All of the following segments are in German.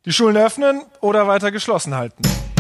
Die Schulen öffnen oder weiter geschlossen halten?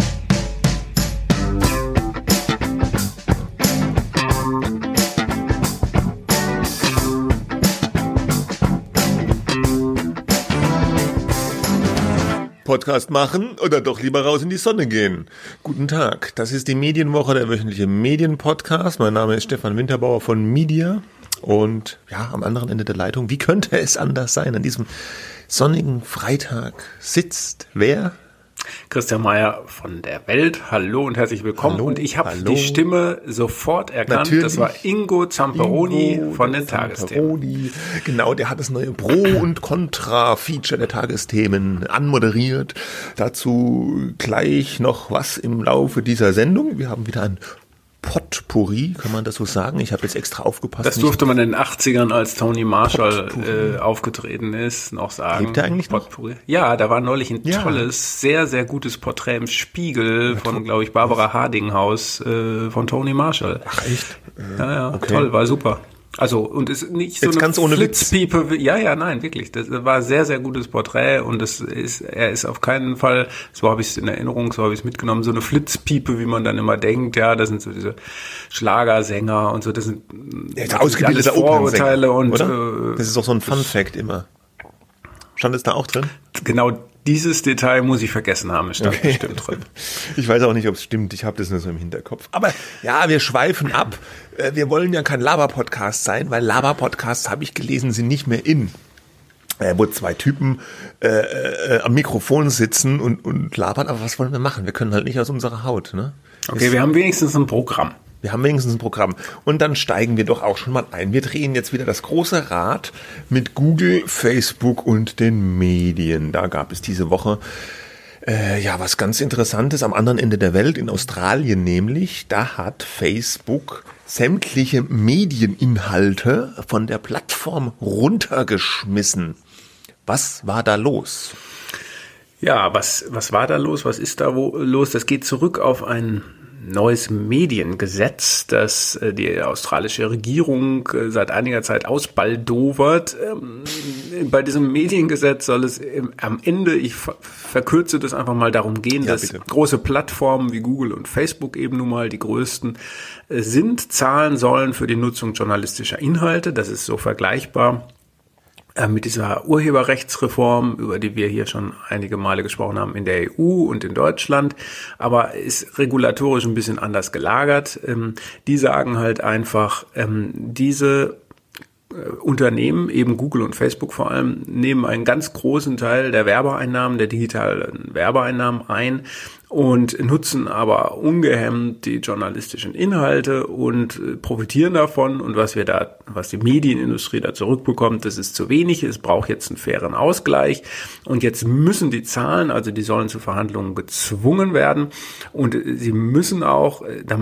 Podcast machen oder doch lieber raus in die Sonne gehen. Guten Tag, das ist die Medienwoche, der wöchentliche Medienpodcast. Mein Name ist Stefan Winterbauer von Media und ja, am anderen Ende der Leitung, wie könnte es anders sein, an diesem sonnigen Freitag sitzt wer? Christian Mayer von der Welt. Hallo und herzlich willkommen. Hallo, und ich habe die Stimme sofort erkannt. Natürlich. Das war Ingo Zamperoni von den Tagesthemen. Genau, der hat das neue Pro- und Contra-Feature der Tagesthemen anmoderiert. Dazu gleich noch was im Laufe dieser Sendung. Wir haben wieder ein Potpourri, kann man das so sagen? Ich habe jetzt extra aufgepasst. Das durfte man in den 80ern, als Tony Marshall aufgetreten ist, noch sagen. Lebt der eigentlich noch? Potpourri. Ja, da war neulich ein tolles, sehr, sehr gutes Porträt im Spiegel von, glaube ich, Barbara Hardinghaus von Tony Marshall. Ach echt? Ja, okay. Toll, war super. Also, und ist nicht so jetzt eine ganz ohne Flitzpiepe. Ja, nein, wirklich. Das war ein sehr, sehr gutes Porträt und er ist auf keinen Fall, so habe ich es in Erinnerung, so habe ich es mitgenommen, so eine Flitzpiepe, wie man dann immer denkt, ja, das sind so diese Schlagersänger und so, das sind ausgebildeter Vorurteile und, oder? Das ist auch so ein Fun-Fact immer. Stand es da auch drin? Genau dieses Detail muss ich vergessen haben, es stand bestimmt drin. Ich weiß auch nicht, ob es stimmt, ich habe das nur so im Hinterkopf. Aber ja, wir schweifen ab. Wir wollen ja kein Laber-Podcast sein, weil Laber-Podcasts, habe ich gelesen, sind nicht mehr in. Wo zwei Typen am Mikrofon sitzen und labern, aber was wollen wir machen? Wir können halt nicht aus unserer Haut. Ne? Okay, wir haben wenigstens ein Programm. Und dann steigen wir doch auch schon mal ein. Wir drehen jetzt wieder das große Rad mit Google, Facebook und den Medien. Da gab es diese Woche was ganz Interessantes am anderen Ende der Welt, in Australien nämlich. Da hat Facebook sämtliche Medieninhalte von der Plattform runtergeschmissen. Was war da los? Ja, was war da los? Was ist da los? Das geht zurück auf ein neues Mediengesetz, das die australische Regierung seit einiger Zeit ausbaldowert. Bei diesem Mediengesetz soll es am Ende, ich verkürze das einfach mal, darum gehen, dass große Plattformen wie Google und Facebook eben nun mal die größten zahlen sollen für die Nutzung journalistischer Inhalte. Das ist so vergleichbar mit dieser Urheberrechtsreform, über die wir hier schon einige Male gesprochen haben, in der EU und in Deutschland, aber ist regulatorisch ein bisschen anders gelagert. Die sagen halt einfach, diese Unternehmen, eben Google und Facebook vor allem, nehmen einen ganz großen Teil der Werbeeinnahmen, der digitalen Werbeeinnahmen ein und nutzen aber ungehemmt die journalistischen Inhalte und profitieren davon. Und was die Medienindustrie da zurückbekommt, das ist zu wenig. Es braucht jetzt einen fairen Ausgleich. Und jetzt müssen die zahlen, also die sollen zu Verhandlungen gezwungen werden. Und sie müssen auch,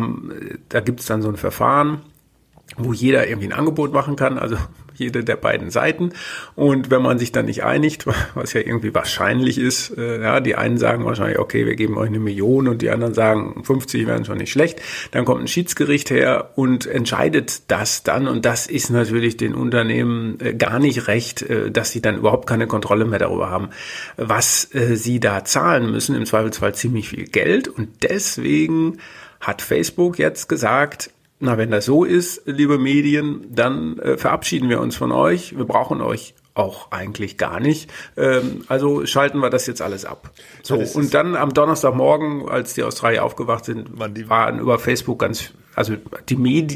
da gibt es dann so ein Verfahren, wo jeder irgendwie ein Angebot machen kann, also jede der beiden Seiten. Und wenn man sich dann nicht einigt, was ja irgendwie wahrscheinlich ist, die einen sagen wahrscheinlich, okay, wir geben euch 1 Million und die anderen sagen, 50 wären schon nicht schlecht, dann kommt ein Schiedsgericht her und entscheidet das dann. Und das ist natürlich den Unternehmen gar nicht recht, dass sie dann überhaupt keine Kontrolle mehr darüber haben, was sie da zahlen müssen, im Zweifelsfall ziemlich viel Geld. Und deswegen hat Facebook jetzt gesagt, na, wenn das so ist, liebe Medien, dann verabschieden wir uns von euch. Wir brauchen euch auch eigentlich gar nicht. Also schalten wir das jetzt alles ab. So, und dann am Donnerstagmorgen, als die Australier aufgewacht sind, waren über Facebook die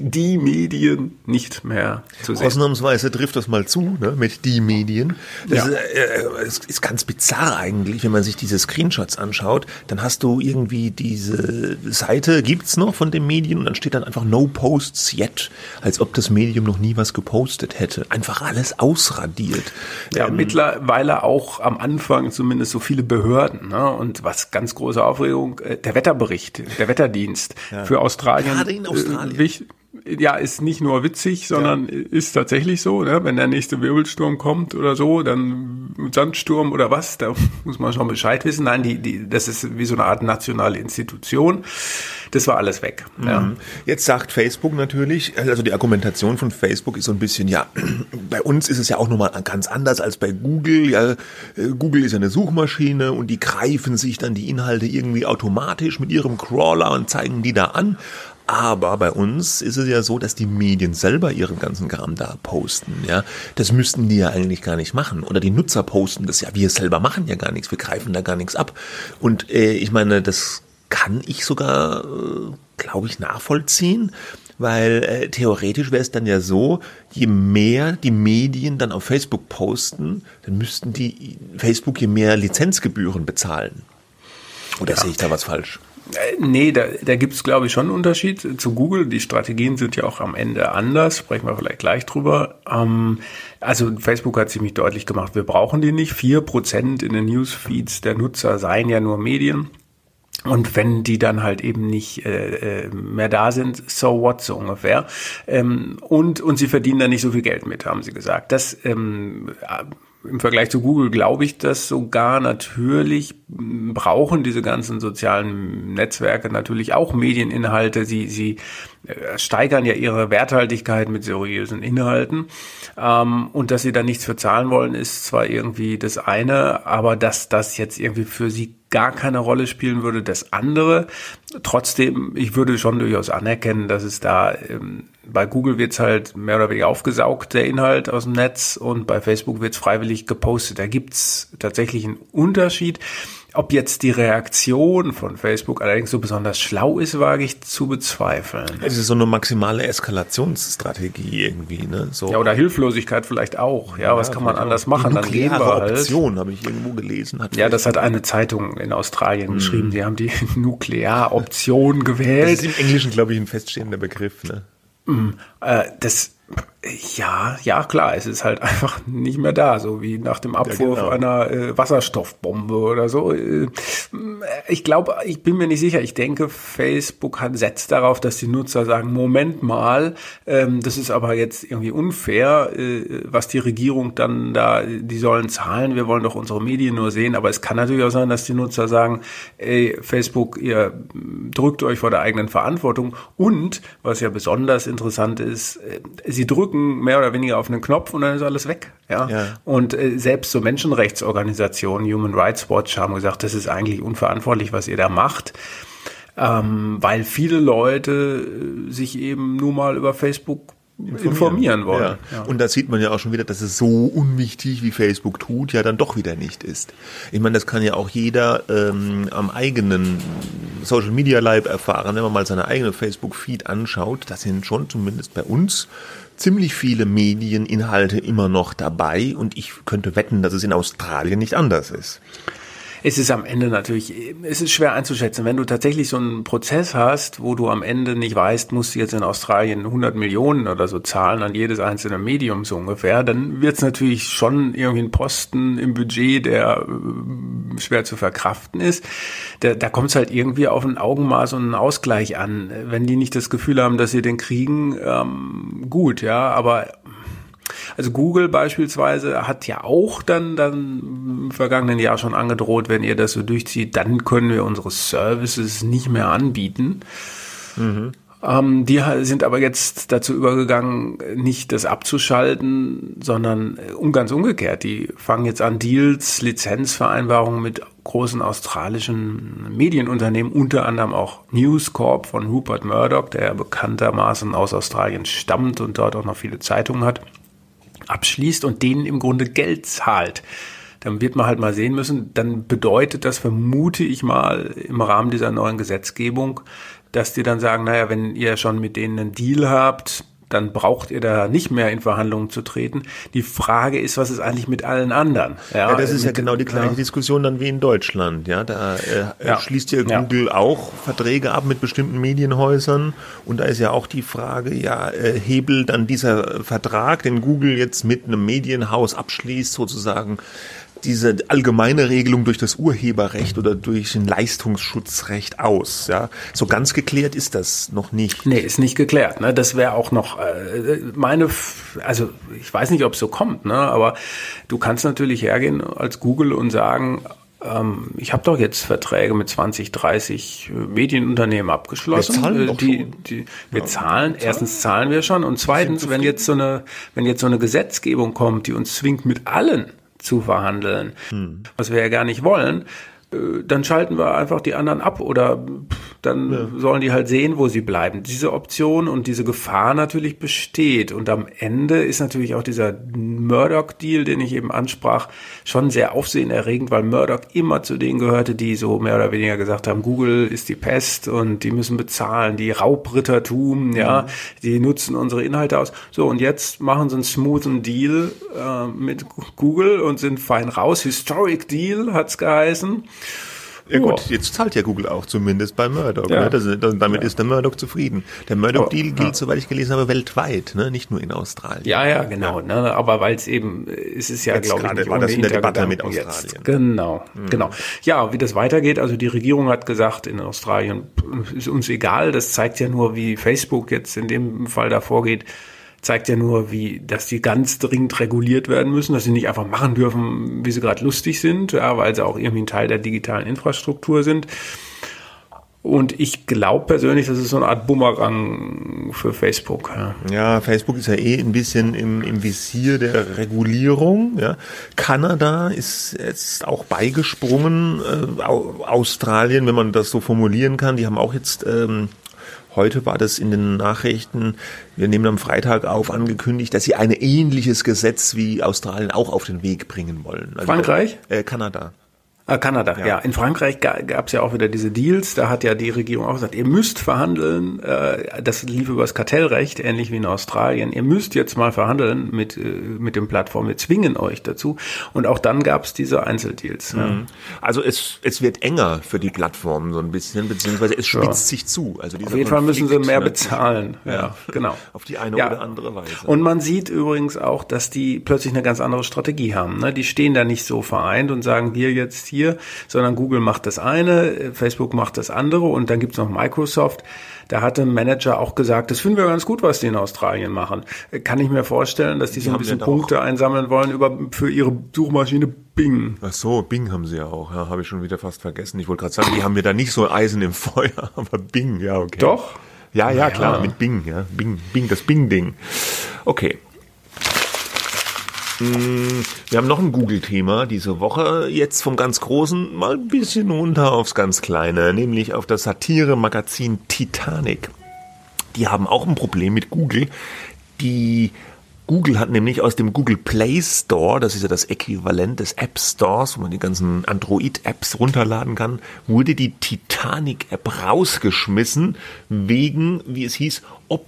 Medien nicht mehr zu sehen. Ausnahmsweise trifft das mal zu, ne, mit die Medien. Das ist ganz bizarr eigentlich, wenn man sich diese Screenshots anschaut. Dann hast du irgendwie diese Seite, gibt's noch von den Medien, und dann steht dann einfach No Posts Yet, als ob das Medium noch nie was gepostet hätte. Einfach alles ausradiert. Ja, mittlerweile auch am Anfang zumindest so viele Behörden, ne? Und was ganz große Aufregung, der Wetterbericht, der Wetterdienst für Australien. Gerade in Australien. ist nicht nur witzig, sondern ist tatsächlich so, ne? Wenn der nächste Wirbelsturm kommt oder so, dann Sandsturm oder was, da muss man schon Bescheid wissen. Nein, das ist wie so eine Art nationale Institution. Das war alles weg. Ja. Jetzt sagt Facebook natürlich, also die Argumentation von Facebook ist so ein bisschen, ja, bei uns ist es ja auch nochmal ganz anders als bei Google. Ja, Google ist ja eine Suchmaschine und die greifen sich dann die Inhalte irgendwie automatisch mit ihrem Crawler und zeigen die da an. Aber bei uns ist es ja so, dass die Medien selber ihren ganzen Kram da posten. Ja, das müssten die ja eigentlich gar nicht machen. Oder die Nutzer posten das ja. Wir selber machen ja gar nichts. Wir greifen da gar nichts ab. Und ich meine, das kann ich sogar, glaube ich, nachvollziehen, weil theoretisch wäre es dann ja so, je mehr die Medien dann auf Facebook posten, dann müssten die Facebook je mehr Lizenzgebühren bezahlen. Oder sehe ich da was falsch? Nee, da gibt's, glaube ich, schon einen Unterschied zu Google. Die Strategien sind ja auch am Ende anders, sprechen wir vielleicht gleich drüber. Also Facebook hat ziemlich deutlich gemacht, wir brauchen die nicht. 4% in den Newsfeeds der Nutzer seien ja nur Medien. Und wenn die dann halt eben nicht mehr da sind, so what, so ungefähr. Und sie verdienen da nicht so viel Geld mit, haben sie gesagt. Das im Vergleich zu Google glaube ich das sogar. Natürlich brauchen diese ganzen sozialen Netzwerke natürlich auch Medieninhalte. Sie steigern ja ihre Werthaltigkeit mit seriösen Inhalten. Und dass sie da nichts für zahlen wollen, ist zwar irgendwie das eine, aber dass das jetzt irgendwie für sie gar keine Rolle spielen würde, das andere. Trotzdem, ich würde schon durchaus anerkennen, dass es da, bei Google wird's halt mehr oder weniger aufgesaugt, der Inhalt aus dem Netz, und bei Facebook wird's freiwillig gepostet. Da gibt's tatsächlich einen Unterschied. Ob jetzt die Reaktion von Facebook allerdings so besonders schlau ist, wage ich zu bezweifeln. Es ist so eine maximale Eskalationsstrategie irgendwie, ne? So. Ja, oder Hilflosigkeit vielleicht auch. Ja, was kann man anders machen? Die nukleare Option, habe ich irgendwo gelesen. Das hat eine Zeitung in Australien geschrieben. Die haben die Nuklearoption gewählt. Das ist im Englischen, glaube ich, ein feststehender Begriff, ne? Ja, klar, es ist halt einfach nicht mehr da, so wie nach dem Abwurf einer Wasserstoffbombe oder so. Ich glaube, ich bin mir nicht sicher, ich denke, Facebook setzt darauf, dass die Nutzer sagen, Moment mal, das ist aber jetzt irgendwie unfair, was die Regierung dann da, die sollen zahlen, wir wollen doch unsere Medien nur sehen, aber es kann natürlich auch sein, dass die Nutzer sagen, ey, Facebook, ihr drückt euch vor der eigenen Verantwortung, und, was ja besonders interessant ist, sie drücken mehr oder weniger auf einen Knopf und dann ist alles weg. Ja. Und selbst so Menschenrechtsorganisationen, Human Rights Watch, haben gesagt, das ist eigentlich unverantwortlich, was ihr da macht, weil viele Leute sich eben nur mal über Facebook informieren wollen. Ja. Und da sieht man ja auch schon wieder, dass es so unwichtig, wie Facebook tut, ja dann doch wieder nicht ist. Ich meine, das kann ja auch jeder am eigenen Social Media Live erfahren, wenn man mal seine eigene Facebook-Feed anschaut. Da sind schon zumindest bei uns ziemlich viele Medieninhalte immer noch dabei, und ich könnte wetten, dass es in Australien nicht anders ist. Es ist am Ende natürlich, es ist schwer einzuschätzen, wenn du tatsächlich so einen Prozess hast, wo du am Ende nicht weißt, musst du jetzt in Australien 100 Millionen oder so zahlen an jedes einzelne Medium so ungefähr, dann wird es natürlich schon irgendwie ein Posten im Budget, der schwer zu verkraften ist. Da kommt es halt irgendwie auf ein Augenmaß und einen Ausgleich an. Wenn die nicht das Gefühl haben, dass sie den kriegen, gut, ja, aber also Google beispielsweise hat ja auch dann im vergangenen Jahr schon angedroht, wenn ihr das so durchzieht, dann können wir unsere Services nicht mehr anbieten. Die sind aber jetzt dazu übergegangen, nicht das abzuschalten, sondern ganz umgekehrt. Die fangen jetzt an, Deals, Lizenzvereinbarungen mit großen australischen Medienunternehmen, unter anderem auch News Corp von Rupert Murdoch, der bekanntermaßen aus Australien stammt und dort auch noch viele Zeitungen hat, abschließt und denen im Grunde Geld zahlt. Dann wird man halt mal sehen müssen, dann bedeutet das, vermute ich mal, im Rahmen dieser neuen Gesetzgebung, dass die dann sagen, naja, wenn ihr schon mit denen einen Deal habt, dann braucht ihr da nicht mehr in Verhandlungen zu treten. Die Frage ist, was ist eigentlich mit allen anderen? Ja, das ist ja genau die gleiche Diskussion dann wie in Deutschland. Ja, da schließt ja Google auch Verträge ab mit bestimmten Medienhäusern, und da ist ja auch die Frage, hebelt dann dieser Vertrag, den Google jetzt mit einem Medienhaus abschließt, sozusagen diese allgemeine Regelung durch das Urheberrecht oder durch ein Leistungsschutzrecht aus? Ja, so ganz geklärt ist das noch nicht. Nee, ist nicht geklärt. Ne? Das wäre auch noch also ich weiß nicht, ob es so kommt, ne? Aber du kannst natürlich hergehen als Google und sagen, ich habe doch jetzt Verträge mit 20, 30 Medienunternehmen abgeschlossen. Wir zahlen doch schon. Wir zahlen. Erstens zahlen wir schon und zweitens, wenn jetzt so eine Gesetzgebung kommt, die uns zwingt, mit allen zu verhandeln, was wir ja gar nicht wollen, dann schalten wir einfach die anderen ab oder dann sollen die halt sehen, wo sie bleiben. Diese Option und diese Gefahr natürlich besteht. Und am Ende ist natürlich auch dieser Murdoch-Deal, den ich eben ansprach, schon sehr aufsehenerregend, weil Murdoch immer zu denen gehörte, die so mehr oder weniger gesagt haben, Google ist die Pest und die müssen bezahlen, die Raubrittertum, ja, die nutzen unsere Inhalte aus. So, und jetzt machen sie einen smoothen Deal mit Google und sind fein raus. Historic Deal hat's geheißen. Ja gut, jetzt zahlt ja Google auch zumindest bei Murdoch. Ja. Ne? Damit ist der Murdoch zufrieden. Der Murdoch-Deal gilt, soweit ich gelesen habe, weltweit, ne? Nicht nur in Australien. Ja, genau. Ne? Aber weil es eben, es ist ja, glaube ich, nicht war das in der Debatte mit Australien. Australien. Genau. Ja, wie das weitergeht, also die Regierung hat gesagt, in Australien ist uns egal. Das zeigt ja nur, wie Facebook jetzt in dem Fall da vorgeht. Zeigt ja nur, dass die ganz dringend reguliert werden müssen, dass sie nicht einfach machen dürfen, wie sie gerade lustig sind, ja, weil sie auch irgendwie ein Teil der digitalen Infrastruktur sind. Und ich glaube persönlich, das ist so eine Art Bumerang für Facebook. Ja, Facebook ist ja ein bisschen im Visier der Regulierung. Ja. Kanada ist jetzt auch beigesprungen. Australien, wenn man das so formulieren kann, die haben auch jetzt... Heute war das in den Nachrichten, wir nehmen am Freitag auf, angekündigt, dass sie ein ähnliches Gesetz wie Australien auch auf den Weg bringen wollen. Also Frankreich? Kanada. Kanada, ja. In Frankreich gab es ja auch wieder diese Deals. Da hat ja die Regierung auch gesagt, ihr müsst verhandeln. Das lief über das Kartellrecht, ähnlich wie in Australien. Ihr müsst jetzt mal verhandeln mit den Plattformen. Wir zwingen euch dazu. Und auch dann gab es diese Einzeldeals. Mhm. Ja. Also es wird enger für die Plattformen so ein bisschen, beziehungsweise es spitzt sich zu. Also auf jeden Fall müssen sie mehr bezahlen. Ja, genau. Auf die eine oder andere Weise. Und man sieht übrigens auch, dass die plötzlich eine ganz andere Strategie haben. Ne? Die stehen da nicht so vereint und sagen, wir jetzt hier, sondern Google macht das eine, Facebook macht das andere und dann gibt's noch Microsoft. Da hat ein Manager auch gesagt, das finden wir ganz gut, was die in Australien machen. Kann ich mir vorstellen, dass die so ein bisschen Punkte einsammeln wollen für ihre Suchmaschine Bing. Ach so, Bing haben sie ja auch. Ja, habe ich schon wieder fast vergessen. Ich wollte gerade sagen, die haben ja da nicht so Eisen im Feuer, aber Bing, ja, okay. Doch? Ja, klar, mit Bing, ja. Bing, das Bing-Ding. Okay. Wir haben noch ein Google-Thema diese Woche, jetzt vom ganz Großen mal ein bisschen runter aufs ganz Kleine, nämlich auf das Satire-Magazin Titanic. Die haben auch ein Problem mit Google. Google hat nämlich aus dem Google Play Store, das ist ja das Äquivalent des App Stores, wo man die ganzen Android-Apps runterladen kann, wurde die Titanic-App rausgeschmissen wegen, wie es hieß,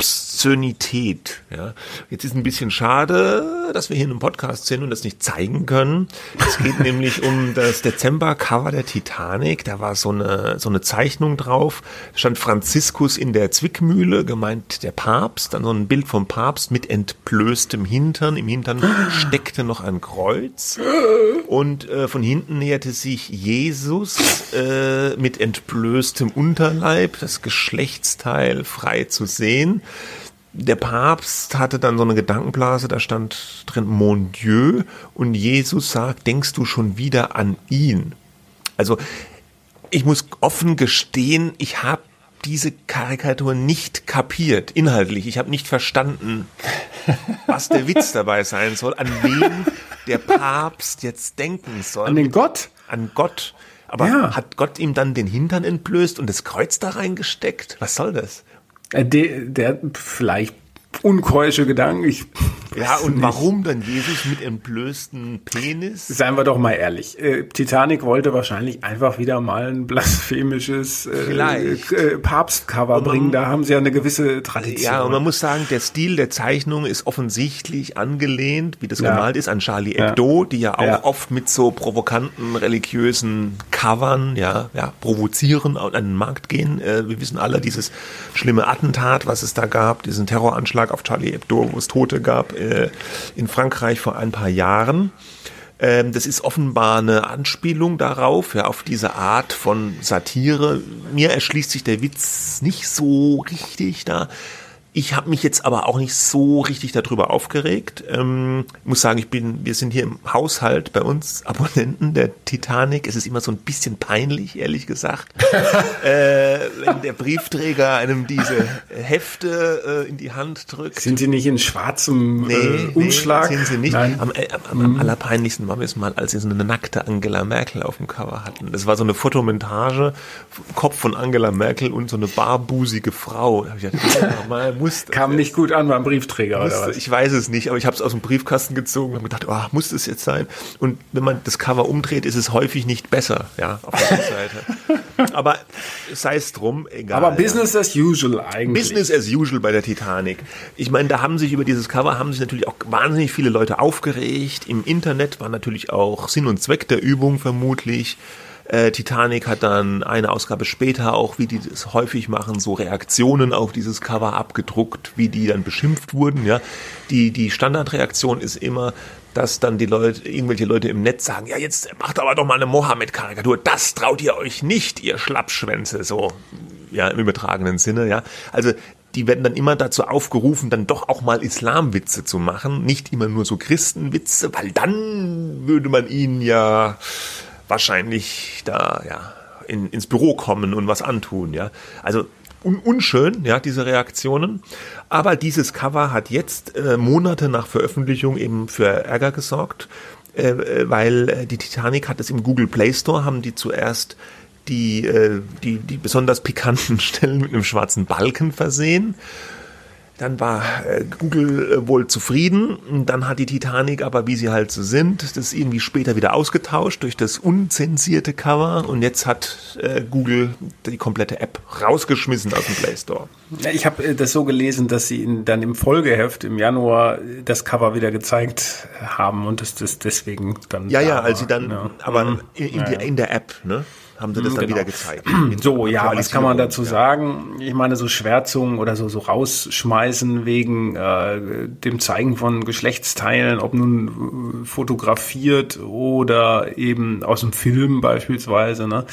Obszönität. Ja. Jetzt ist ein bisschen schade, dass wir hier in einem Podcast sind und das nicht zeigen können. Es geht nämlich um das Dezember-Cover der Titanic. Da war so eine Zeichnung drauf. Da stand Franziskus in der Zwickmühle, gemeint der Papst. Dann so ein Bild vom Papst mit entblößtem Hintern. Im Hintern steckte noch ein Kreuz. Und von hinten näherte sich Jesus mit entblößtem Unterleib, das Geschlechtsteil frei zu sehen. Der Papst hatte dann so eine Gedankenblase, da stand drin Mon Dieu und Jesus sagt, denkst du schon wieder an ihn? Also ich muss offen gestehen, ich habe diese Karikatur nicht kapiert, inhaltlich. Ich habe nicht verstanden, was der Witz dabei sein soll, an wen der Papst jetzt denken soll. An den Gott? An Gott. Aber hat Gott ihm dann den Hintern entblößt und das Kreuz da reingesteckt? Was soll das? Der vielleicht unkeusche Gedanken. Und warum dann Jesus mit entblößtem Penis? Seien wir doch mal ehrlich. Titanic wollte wahrscheinlich einfach wieder mal ein blasphemisches Papstcover bringen. Da haben sie ja eine gewisse Tradition. Ja, und man muss sagen, der Stil der Zeichnung ist offensichtlich angelehnt, wie das gemalt ist, an Charlie Hebdo, die ja auch oft mit so provokanten religiösen Covern provozieren und an den Markt gehen. Wir wissen alle, dieses schlimme Attentat, was es da gab, diesen Terroranschlag auf Charlie Hebdo, wo es Tote gab in Frankreich vor ein paar Jahren. Das ist offenbar eine Anspielung darauf, ja, auf diese Art von Satire. Mir erschließt sich der Witz nicht so richtig da. Ich habe mich jetzt aber auch nicht so richtig darüber aufgeregt. Ich muss sagen, wir sind hier im Haushalt bei uns Abonnenten der Titanic. Es ist immer so ein bisschen peinlich, ehrlich gesagt, wenn der Briefträger einem diese Hefte in die Hand drückt. Sind sie nicht in schwarzem Umschlag? Nee, sind sie nicht. Nein. Am allerpeinlichsten war mir es mal, als sie so eine nackte Angela Merkel auf dem Cover hatten. Das war so eine Fotomontage, Kopf von Angela Merkel und so eine barbusige Frau. Da hab ich gedacht, kam nicht gut an beim Briefträger, oder was? Ich weiß es nicht, aber ich habe es aus dem Briefkasten gezogen und habe gedacht, muss das jetzt sein? Und wenn man das Cover umdreht, ist es häufig nicht besser, ja, auf der Seite. Aber sei es drum, egal. Aber Business as usual eigentlich. Business as usual bei der Titanic. Ich meine, über dieses Cover haben sich natürlich auch wahnsinnig viele Leute aufgeregt. Im Internet war natürlich auch Sinn und Zweck der Übung vermutlich. Titanic hat dann eine Ausgabe später auch, wie die das häufig machen, so Reaktionen auf dieses Cover abgedruckt, wie die dann beschimpft wurden, ja. Die Standardreaktion ist immer, dass dann irgendwelche Leute im Netz sagen, ja, jetzt macht aber doch mal eine Mohammed-Karikatur, das traut ihr euch nicht, ihr Schlappschwänze, so, ja, im übertragenen Sinne, ja. Also, die werden dann immer dazu aufgerufen, dann doch auch mal Islamwitze zu machen, nicht immer nur so Christenwitze, weil dann würde man ihnen ja wahrscheinlich da ins Büro kommen und was antun, ja. Also unschön, ja, diese Reaktionen. Aber dieses Cover hat jetzt Monate nach Veröffentlichung eben für Ärger gesorgt, weil die Titanic hat es im Google Play Store, haben die zuerst die besonders pikanten Stellen mit einem schwarzen Balken versehen. Dann war Google wohl zufrieden. Dann hat die Titanic aber, wie sie halt so sind, das irgendwie später wieder ausgetauscht durch das unzensierte Cover. Und jetzt hat Google die komplette App rausgeschmissen aus dem Play Store. Ja, ich habe das so gelesen, dass sie dann im Folgeheft im Januar das Cover wieder gezeigt haben und das deswegen dann. Ja, als sie dann, ja. Aber in der App, ne? Haben sie das dann wieder gezeigt. So, ja, was kann man dazu sagen? Ich meine, so Schwärzungen oder so rausschmeißen wegen dem Zeigen von Geschlechtsteilen, ob nun fotografiert oder eben aus dem Film beispielsweise, ne?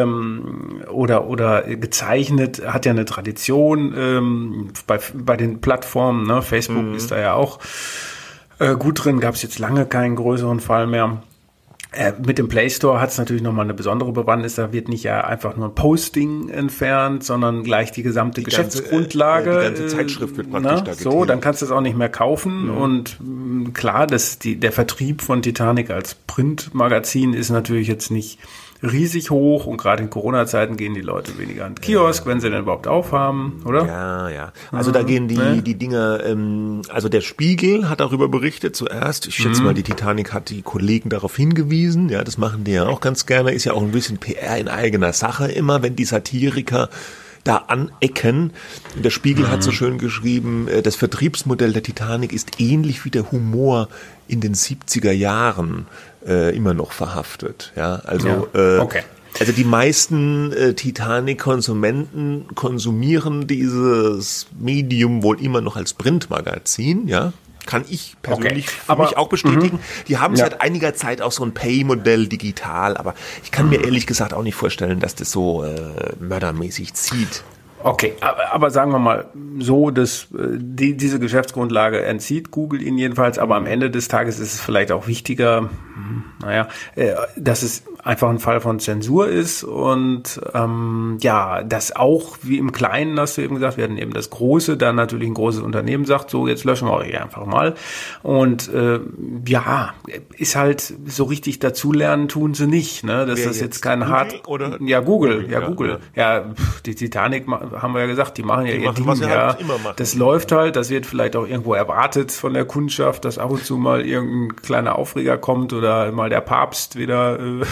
Oder gezeichnet, hat ja eine Tradition bei den Plattformen, ne? Facebook ist da ja auch gut drin, gab es jetzt lange keinen größeren Fall mehr. Mit dem Play Store hat es natürlich nochmal eine besondere Bewandtnis. Da wird nicht ja einfach nur ein Posting entfernt, sondern gleich die gesamte Geschäftsgrundlage. Die ganze Zeitschrift wird praktisch da getilgt. So, dann kannst du es auch nicht mehr kaufen. Mhm. Und klar, der Vertrieb von Titanic als Printmagazin ist natürlich jetzt nicht riesig hoch und gerade in Corona-Zeiten gehen die Leute weniger an den Kiosk, wenn sie denn überhaupt aufhaben, oder? Ja. Also da gehen die Dinge, also der Spiegel hat darüber berichtet zuerst. Ich schätze mal, die Titanic hat die Kollegen darauf hingewiesen. Ja, das machen die ja auch ganz gerne. Ist ja auch ein bisschen PR in eigener Sache immer, wenn die Satiriker da anecken. Der Spiegel hat so schön geschrieben, das Vertriebsmodell der Titanic ist ähnlich wie der Humor in den 70er Jahren immer noch verhaftet. Ja, also okay. Also die meisten Titanic-Konsumenten konsumieren dieses Medium wohl immer noch als Printmagazin, ja. Kann ich persönlich für mich auch bestätigen. Die haben seit einiger Zeit auch so ein Pay-Modell digital, aber ich kann mir ehrlich gesagt auch nicht vorstellen, dass das so mördermäßig zieht. Okay, aber sagen wir mal so, dass diese Geschäftsgrundlage entzieht Google Ihnen jedenfalls, aber am Ende des Tages ist es vielleicht auch wichtiger, dass es einfach ein Fall von Zensur ist und das auch wie im Kleinen, hast du eben gesagt, wir hatten eben das Große, dann natürlich ein großes Unternehmen sagt, so jetzt löschen wir euch einfach mal und ist halt so richtig dazulernen tun sie nicht, ne? Dass das jetzt kein Google. Google. Ja, die Titanic haben wir ja gesagt, die machen ja ihr Ding, halt immer machen. Das läuft halt, das wird vielleicht auch irgendwo erwartet von der Kundschaft, dass ab und zu mal irgendein kleiner Aufreger kommt oder mal der Papst wieder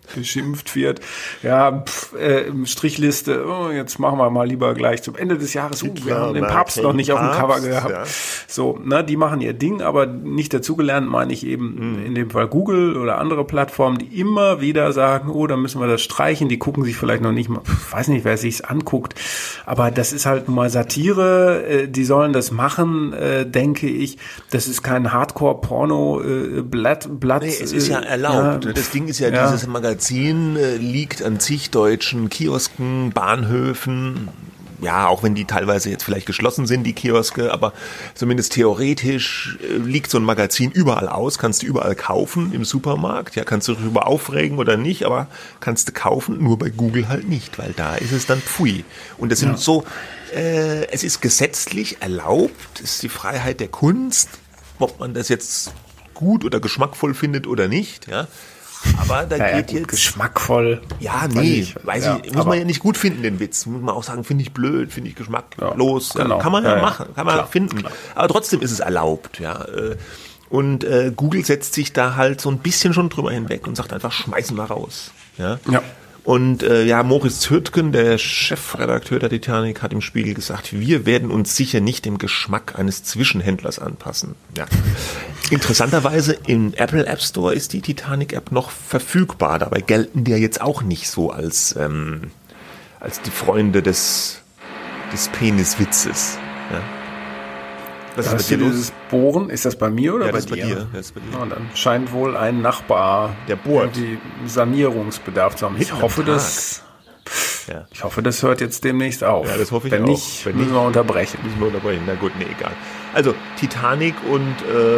beschimpft wird. Ja, Strichliste, jetzt machen wir mal lieber gleich zum Ende des Jahres. Wir haben den Papst noch nicht auf dem Cover gehabt. Ja. So, die machen ihr Ding, aber nicht dazugelernt, meine ich eben in dem Fall Google oder andere Plattformen, die immer wieder sagen, da müssen wir das streichen, die gucken sich vielleicht noch nicht mal, weiß nicht, wer sich's anguckt, aber das ist halt nun mal Satire, die sollen das machen, denke ich, das ist kein Hardcore-Porno-Blatt. Nee, es ist ja erlaubt. Das Ding ist ja, dieses Magazin liegt an zig deutschen Kiosken, Bahnhöfen, ja, auch wenn die teilweise jetzt vielleicht geschlossen sind, die Kioske, aber zumindest theoretisch liegt so ein Magazin überall aus, kannst du überall kaufen im Supermarkt, ja, kannst du darüber aufregen oder nicht, aber kannst du kaufen, nur bei Google halt nicht, weil da ist es dann pfui. Und das sind es ist gesetzlich erlaubt, es ist die Freiheit der Kunst, ob man das jetzt gut oder geschmackvoll findet oder nicht, ja. Aber da geht jetzt... Geschmackvoll. Ja, nee, muss man ja nicht gut finden, den Witz. Muss man auch sagen, finde ich blöd, finde ich geschmacklos. Ja, genau. Kann man machen, kann man finden. Klar. Aber trotzdem ist es erlaubt, ja. Und Google setzt sich da halt so ein bisschen schon drüber hinweg und sagt einfach, schmeißen wir raus. Ja. Und Moritz Zürtgen, der Chefredakteur der Titanic, hat im Spiegel gesagt, wir werden uns sicher nicht dem Geschmack eines Zwischenhändlers anpassen. Ja. Interessanterweise im Apple App Store ist die Titanic-App noch verfügbar. Dabei gelten die ja jetzt auch nicht so als die Freunde des Peniswitzes. Ja. Was ist bei dir dieses Bohren? Ist das bei mir oder bei dir? Das ist bei dir. Und dann scheint wohl ein Nachbar, der bohrt, die Sanierungsbedarf zu haben. Ich hoffe, das hört jetzt demnächst auf. Ja, das hoffe ich auch. Wenn nicht, müssen wir unterbrechen. Na gut, egal. Also Titanic und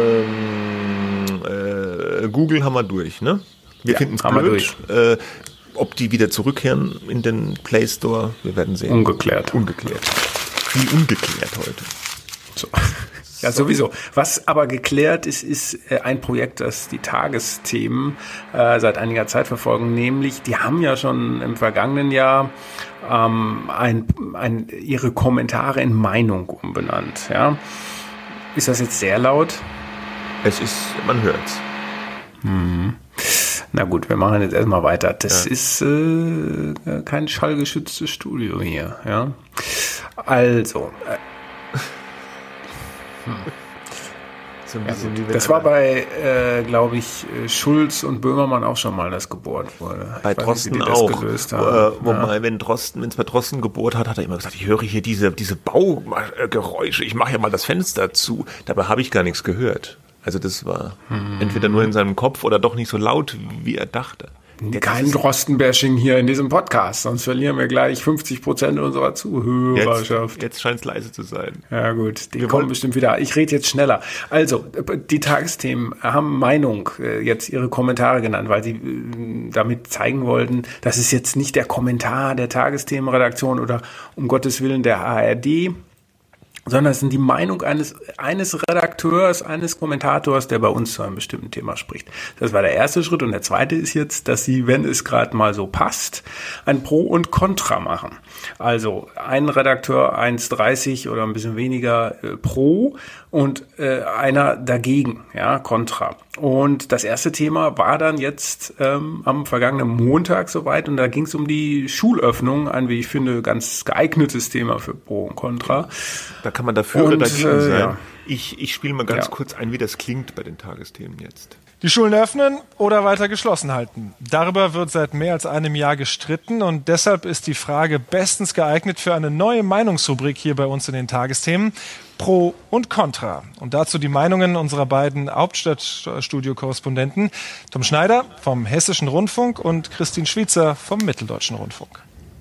Google haben wir durch, ne? Wir finden es blöd. Ob die wieder zurückkehren in den Play Store, wir werden sehen. Ungeklärt. Viel ungeklärt heute. So. Ja, sowieso. Was aber geklärt ist, ist ein Projekt, das die Tagesthemen seit einiger Zeit verfolgen. Nämlich, die haben ja schon im vergangenen Jahr ihre Kommentare in Meinung umbenannt. Ja. Ist das jetzt sehr laut? Man hört's. Na gut, wir machen jetzt erstmal weiter. Das ist kein schallgeschütztes Studio hier. Ja. Also... So ein bisschen das war bei, glaube ich, Schulz und Böhmermann auch schon mal, das gebohrt wurde. Bei Drosten auch. Wobei, wenn es bei Drosten gebohrt hat, hat er immer gesagt, ich höre hier diese Baugeräusche, ich mache ja mal das Fenster zu. Dabei habe ich gar nichts gehört. Also das war entweder nur in seinem Kopf oder doch nicht so laut, wie er dachte. Kein Drosten-Bashing hier in diesem Podcast, sonst verlieren wir gleich 50% unserer Zuhörerschaft. Jetzt scheint es leise zu sein. Ja gut, die kommen bestimmt wieder. Ich rede jetzt schneller. Also, die Tagesthemen haben Meinung, jetzt ihre Kommentare genannt, weil sie damit zeigen wollten, das ist jetzt nicht der Kommentar der Tagesthemenredaktion oder um Gottes Willen der ARD, sondern es sind die Meinung eines Redakteurs, eines Kommentators, der bei uns zu einem bestimmten Thema spricht. Das war der erste Schritt. Und der zweite ist jetzt, dass sie, wenn es gerade mal so passt, ein Pro und Contra machen. Also ein Redakteur 1,30 oder ein bisschen weniger Pro und einer dagegen, ja, Contra. Und das erste Thema war dann jetzt am vergangenen Montag soweit und da ging es um die Schulöffnung, ein, wie ich finde, ganz geeignetes Thema für Pro und Contra. Da kann man dafür oder dagegen sein. Ja. Ich spiele mal ganz kurz ein, wie das klingt bei den Tagesthemen jetzt. Die Schulen öffnen oder weiter geschlossen halten. Darüber wird seit mehr als einem Jahr gestritten und deshalb ist die Frage bestens geeignet für eine neue Meinungsrubrik hier bei uns in den Tagesthemen. Pro und Contra. Und dazu die Meinungen unserer beiden Hauptstadtstudio-Korrespondenten Tom Schneider vom Hessischen Rundfunk und Christine Schwitzer vom Mitteldeutschen Rundfunk.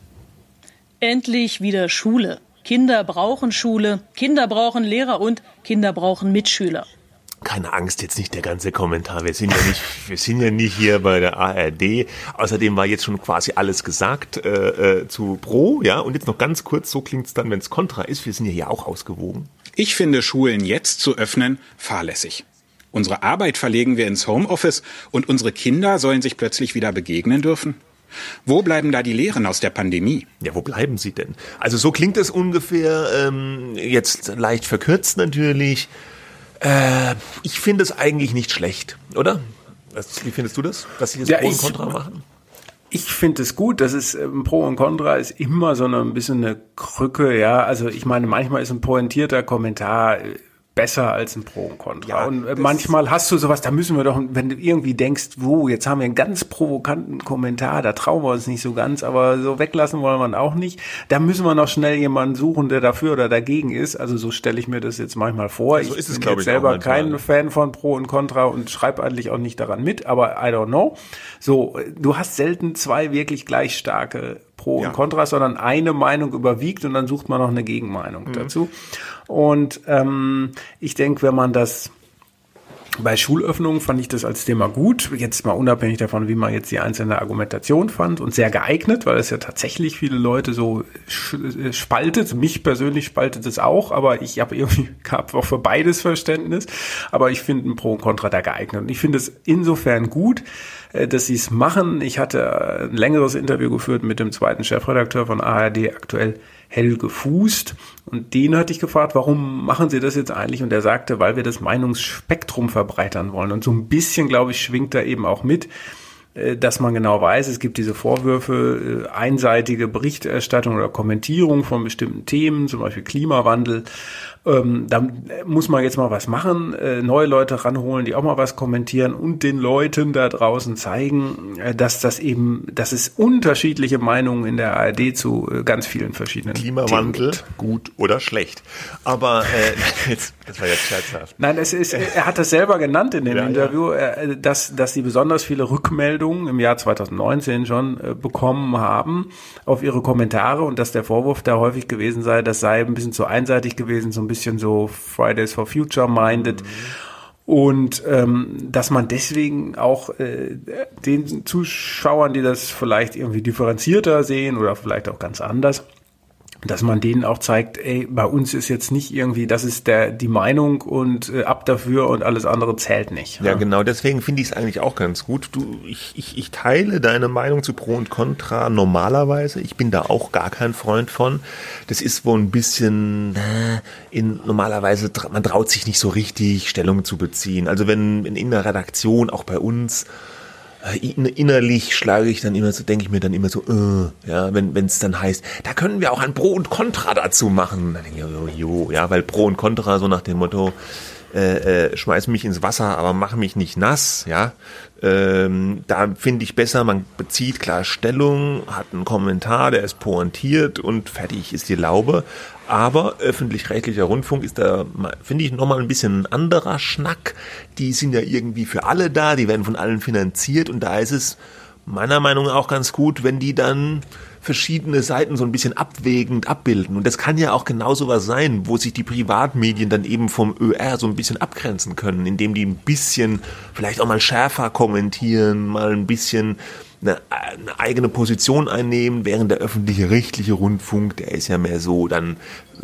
Endlich wieder Schule. Kinder brauchen Schule, Kinder brauchen Lehrer und Kinder brauchen Mitschüler. Keine Angst, jetzt nicht der ganze Kommentar. Wir sind ja nicht hier bei der ARD. Außerdem war jetzt schon quasi alles gesagt zu Pro, ja. Und jetzt noch ganz kurz, so klingt's dann, wenn es Contra ist. Wir sind ja hier auch ausgewogen. Ich finde, Schulen jetzt zu öffnen, fahrlässig. Unsere Arbeit verlegen wir ins Homeoffice und unsere Kinder sollen sich plötzlich wieder begegnen dürfen. Wo bleiben da die Lehren aus der Pandemie? Ja, wo bleiben sie denn? Also so klingt es ungefähr, jetzt leicht verkürzt natürlich. Ich finde es eigentlich nicht schlecht, oder? Wie findest du das, dass sie jetzt Pro und Contra machen? Ich finde es gut, das ist Pro und Contra ist immer so ein bisschen eine Krücke, ja. Also ich meine, manchmal ist ein pointierter Kommentar besser als ein Pro und Contra. Ja, und manchmal hast du sowas, da müssen wir doch, wenn du irgendwie denkst, jetzt haben wir einen ganz provokanten Kommentar, da trauen wir uns nicht so ganz, aber so weglassen wollen wir auch nicht. Da müssen wir noch schnell jemanden suchen, der dafür oder dagegen ist. Also so stelle ich mir das jetzt manchmal vor. Also ich bin jetzt selber kein Fan von Pro und Contra und schreibe eigentlich auch nicht daran mit, aber I don't know. So, du hast selten zwei wirklich gleich starke Pro und Contra, sondern eine Meinung überwiegt und dann sucht man noch eine Gegenmeinung dazu. Und ich denke, wenn man das bei Schulöffnungen fand ich das als Thema gut, jetzt mal unabhängig davon, wie man jetzt die einzelne Argumentation fand und sehr geeignet, weil es ja tatsächlich viele Leute so spaltet. Mich persönlich spaltet es auch, aber ich habe irgendwie auch für beides Verständnis. Aber ich finde ein Pro und Contra da geeignet. Und ich finde es insofern gut, dass sie es machen. Ich hatte ein längeres Interview geführt mit dem zweiten Chefredakteur von ARD aktuell, Helge Fußt. Und den hatte ich gefragt, warum machen Sie das jetzt eigentlich? Und er sagte, weil wir das Meinungsspektrum verbreitern wollen. Und so ein bisschen, glaube ich, schwingt da eben auch mit, dass man genau weiß, es gibt diese Vorwürfe, einseitige Berichterstattung oder Kommentierung von bestimmten Themen, zum Beispiel Klimawandel. Da muss man jetzt mal was machen, neue Leute ranholen, die auch mal was kommentieren und den Leuten da draußen zeigen, dass es unterschiedliche Meinungen in der ARD zu ganz vielen verschiedenen Klimawandel, gut oder schlecht. Aber das war jetzt scherzhaft. Nein, er hat das selber genannt in dem Interview, dass sie besonders viele Rückmeldungen im Jahr 2019 schon bekommen haben auf ihre Kommentare und dass der Vorwurf da häufig gewesen sei, das sei ein bisschen zu einseitig gewesen, so ein bisschen so Fridays for Future minded. Und dass man deswegen auch den Zuschauern, die das vielleicht irgendwie differenzierter sehen oder vielleicht auch ganz anders, dass man denen auch zeigt, bei uns ist jetzt nicht irgendwie, das ist die Meinung und ab dafür und alles andere zählt nicht. Ja, genau, deswegen finde ich es eigentlich auch ganz gut. Ich teile deine Meinung zu Pro und Contra normalerweise. Ich bin da auch gar kein Freund von. Das ist wohl ein bisschen, normalerweise, man traut sich nicht so richtig Stellung zu beziehen. Also wenn in der Redaktion, auch bei uns, innerlich schlage ich dann immer so, denke ich mir dann immer so, wenn es dann heißt, da können wir auch ein Pro und Contra dazu machen. Dann denke ich, weil Pro und Contra so nach dem Motto, schmeiß mich ins Wasser, aber mach mich nicht nass, ja. Da finde ich besser, man bezieht klar Stellung, hat einen Kommentar, der ist pointiert und fertig ist die Laube. Aber öffentlich-rechtlicher Rundfunk ist da, finde ich, nochmal ein bisschen ein anderer Schnack. Die sind ja irgendwie für alle da, die werden von allen finanziert und da ist es meiner Meinung nach auch ganz gut, wenn die dann verschiedene Seiten so ein bisschen abwägend abbilden. Und das kann ja auch genauso was sein, wo sich die Privatmedien dann eben vom ÖR so ein bisschen abgrenzen können, indem die ein bisschen vielleicht auch mal schärfer kommentieren, mal ein bisschen eine eigene Position einnehmen, während der öffentlich-rechtliche Rundfunk, der ist ja mehr so dann,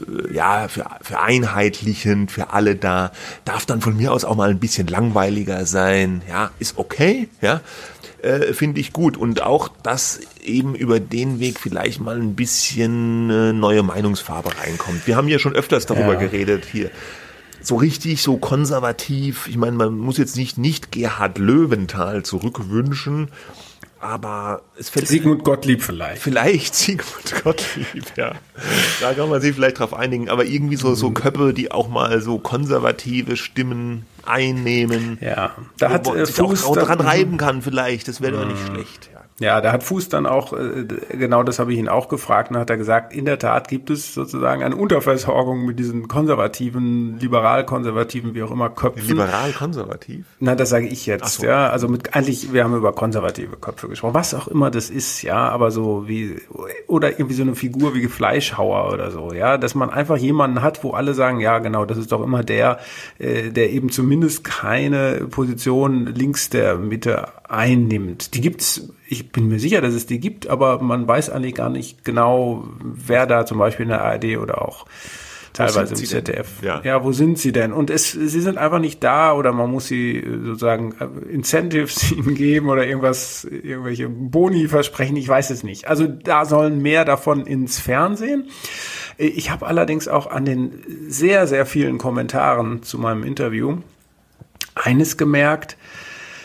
für einheitlichend, für alle da, darf dann von mir aus auch mal ein bisschen langweiliger sein, ja, ist okay, ja, finde ich gut. Und auch, dass eben über den Weg vielleicht mal ein bisschen neue Meinungsfarbe reinkommt. Wir haben ja schon öfters darüber geredet hier. So richtig, so konservativ, ich meine, man muss jetzt nicht Gerhard Löwenthal zurückwünschen, aber es fällt... Sigmund Gottlieb vielleicht. Vielleicht Sigmund Gottlieb, ja. Da kann man sich vielleicht drauf einigen, aber irgendwie so Köpfe, die auch mal so konservative Stimmen einnehmen. Ja, da hat Fuß auch dran reiben kann vielleicht, das wäre doch nicht schlecht, ja. Ja, da hat Fuß dann auch, genau das habe ich ihn auch gefragt, und hat er gesagt, in der Tat gibt es sozusagen eine Unterversorgung mit diesen konservativen, liberal-konservativen, wie auch immer, Köpfen. Liberal-konservativ? Na, das sage ich jetzt, so. Ja, also wir haben über konservative Köpfe gesprochen, was auch immer das ist, ja, aber so oder irgendwie so eine Figur wie Fleischhauer oder so, ja, dass man einfach jemanden hat, wo alle sagen, ja, genau, das ist doch immer der eben zumindest keine Position links der Mitte einnimmt. Die gibt's, ich bin mir sicher, dass es die gibt, aber man weiß eigentlich gar nicht genau, wer da zum Beispiel in der ARD oder auch teilweise im ZDF. Ja, wo sind sie denn? Und sie sind einfach nicht da, oder man muss sie sozusagen Incentives ihnen geben oder irgendwelche Boni versprechen, ich weiß es nicht. Also da sollen mehr davon ins Fernsehen. Ich habe allerdings auch an den sehr, sehr vielen Kommentaren zu meinem Interview eines gemerkt: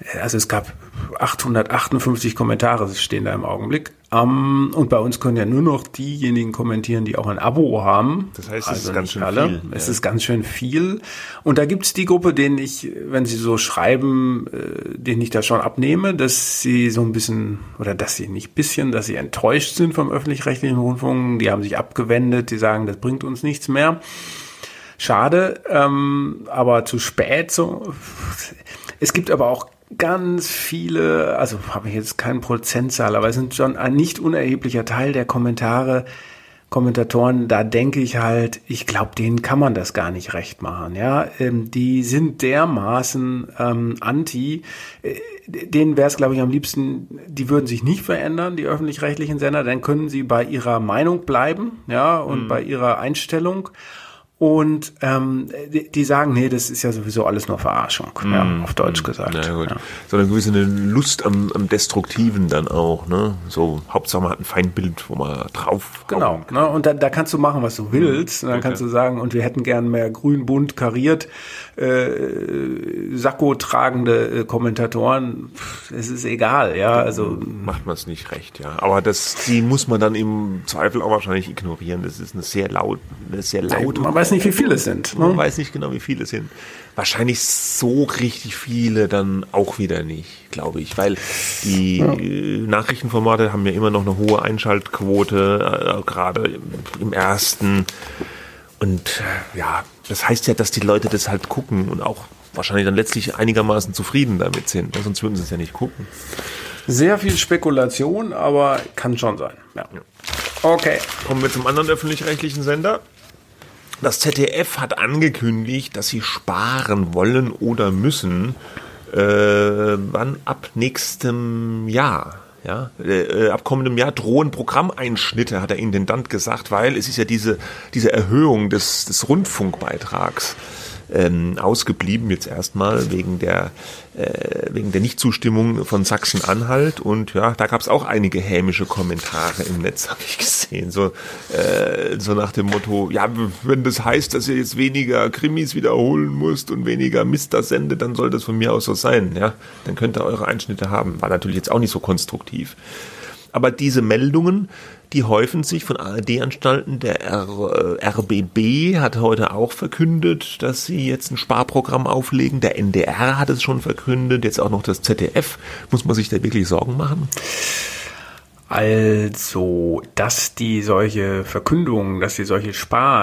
Also es gab 858 Kommentare, das stehen da im Augenblick. Und bei uns können ja nur noch diejenigen kommentieren, die auch ein Abo haben. Das heißt, also es ist ganz schön alle. viel. Es ist ganz schön viel. Und da gibt's die Gruppe, denen ich, wenn sie so schreiben, denen ich da schon abnehme, dass sie so ein bisschen, oder dass sie nicht bisschen, dass sie enttäuscht sind vom öffentlich-rechtlichen Rundfunk. Die haben sich abgewendet, die sagen, das bringt uns nichts mehr. Schade, aber zu spät so. Es gibt aber auch ganz viele, also habe ich jetzt keinen Prozentzahl, aber es sind schon ein nicht unerheblicher Teil der Kommentatoren, da denke ich halt, ich glaube, denen kann man das gar nicht recht machen. Ja, die sind dermaßen anti, denen wäre es, glaube ich, am liebsten, die würden sich nicht verändern, die öffentlich-rechtlichen Sender, dann können sie bei ihrer Meinung bleiben, ja, und bei ihrer Einstellung. Und die sagen, nee, das ist ja sowieso alles nur Verarschung, ja, auf Deutsch gesagt. Na gut. Ja. So eine gewisse Lust am Destruktiven dann auch, ne? So, Hauptsache man hat ein Feindbild, wo man drauf Genau, ne? Und da kannst du machen, was du willst. Und dann kannst du sagen, und wir hätten gern mehr grün, bunt, kariert, Sakko tragende Kommentatoren. Es ist egal, ja. Also macht man es nicht recht, ja. Aber die muss man dann im Zweifel auch wahrscheinlich ignorieren. Das ist eine sehr laute. Man weiß nicht, wie viele es sind. Ne? Man weiß nicht genau, wie viele es sind. Wahrscheinlich so richtig viele dann auch wieder nicht, glaube ich, weil die Nachrichtenformate haben ja immer noch eine hohe Einschaltquote, gerade im ersten. Und ja, das heißt ja, dass die Leute das halt gucken und auch wahrscheinlich dann letztlich einigermaßen zufrieden damit sind, sonst würden sie es ja nicht gucken. Sehr viel Spekulation, aber kann schon sein. Ja. Okay. Kommen wir zum anderen öffentlich-rechtlichen Sender. Das ZDF hat angekündigt, dass sie sparen wollen oder müssen, wann ab nächstem Jahr. Ja, ab kommendem Jahr drohen Programmeinschnitte, hat der Intendant gesagt, weil es ist ja diese Erhöhung des Rundfunkbeitrags ausgeblieben jetzt erstmal wegen der Nichtzustimmung von Sachsen-Anhalt, und ja, da gab es auch einige hämische Kommentare im Netz, habe ich gesehen, so nach dem Motto, ja, wenn das heißt, dass ihr jetzt weniger Krimis wiederholen müsst und weniger Mister sendet, dann soll das von mir aus so sein, ja, dann könnt ihr eure Einschnitte haben. War natürlich jetzt auch nicht so konstruktiv. Aber diese Meldungen, die häufen sich von ARD-Anstalten. Der RBB hat heute auch verkündet, dass sie jetzt ein Sparprogramm auflegen. Der NDR hat es schon verkündet, jetzt auch noch das ZDF. Muss man sich da wirklich Sorgen machen? Also, dass die solche Verkündungen, dass sie solche